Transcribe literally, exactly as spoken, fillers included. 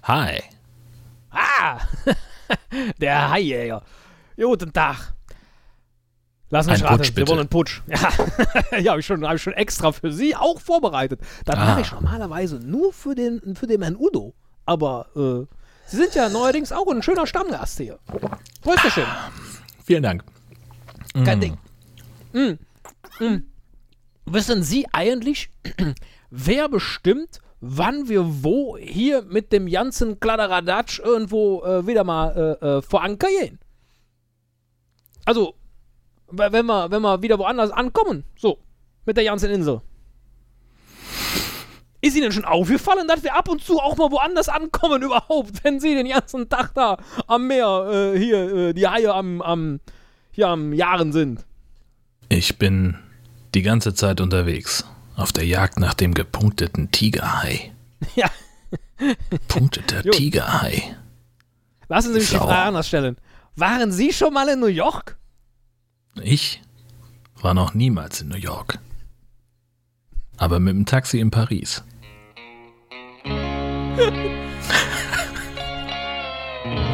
Hi. Ah, der Haijäger. Guten Tag. Lass mich Ein raten, Putsch, Sie bitte. wollen einen Putsch. Ja, ja habe ich, schon- hab ich schon extra für Sie auch vorbereitet. Das Ah. mache ich normalerweise nur für den, für den Herrn Udo. Aber äh, Sie sind ja neuerdings auch ein schöner Stammgast hier. Prösterchen. Vielen Dank. Kein Mm. Ding. Mm. Mm. Wissen Sie eigentlich, wer bestimmt, wann wir wo hier mit dem ganzen Kladderadatsch irgendwo äh, wieder mal äh, äh, vor Anker gehen? Also, w- wenn wir, wenn wir wieder woanders ankommen, so, mit der ganzen Insel. Ist Ihnen schon aufgefallen, dass wir ab und zu auch mal woanders ankommen überhaupt, wenn Sie den ganzen Tag da am Meer, äh, hier, äh, die Haie am, am, hier am Jahren sind? Ich bin die ganze Zeit unterwegs. Auf der Jagd nach dem gepunkteten Tigerhai. Ja. Punkteter Gut. Tigerhai. Lassen Sie mich die Sau. Frage anders stellen. Waren Sie schon mal in New York? Ich war noch niemals in New York. Aber mit dem Taxi in Paris.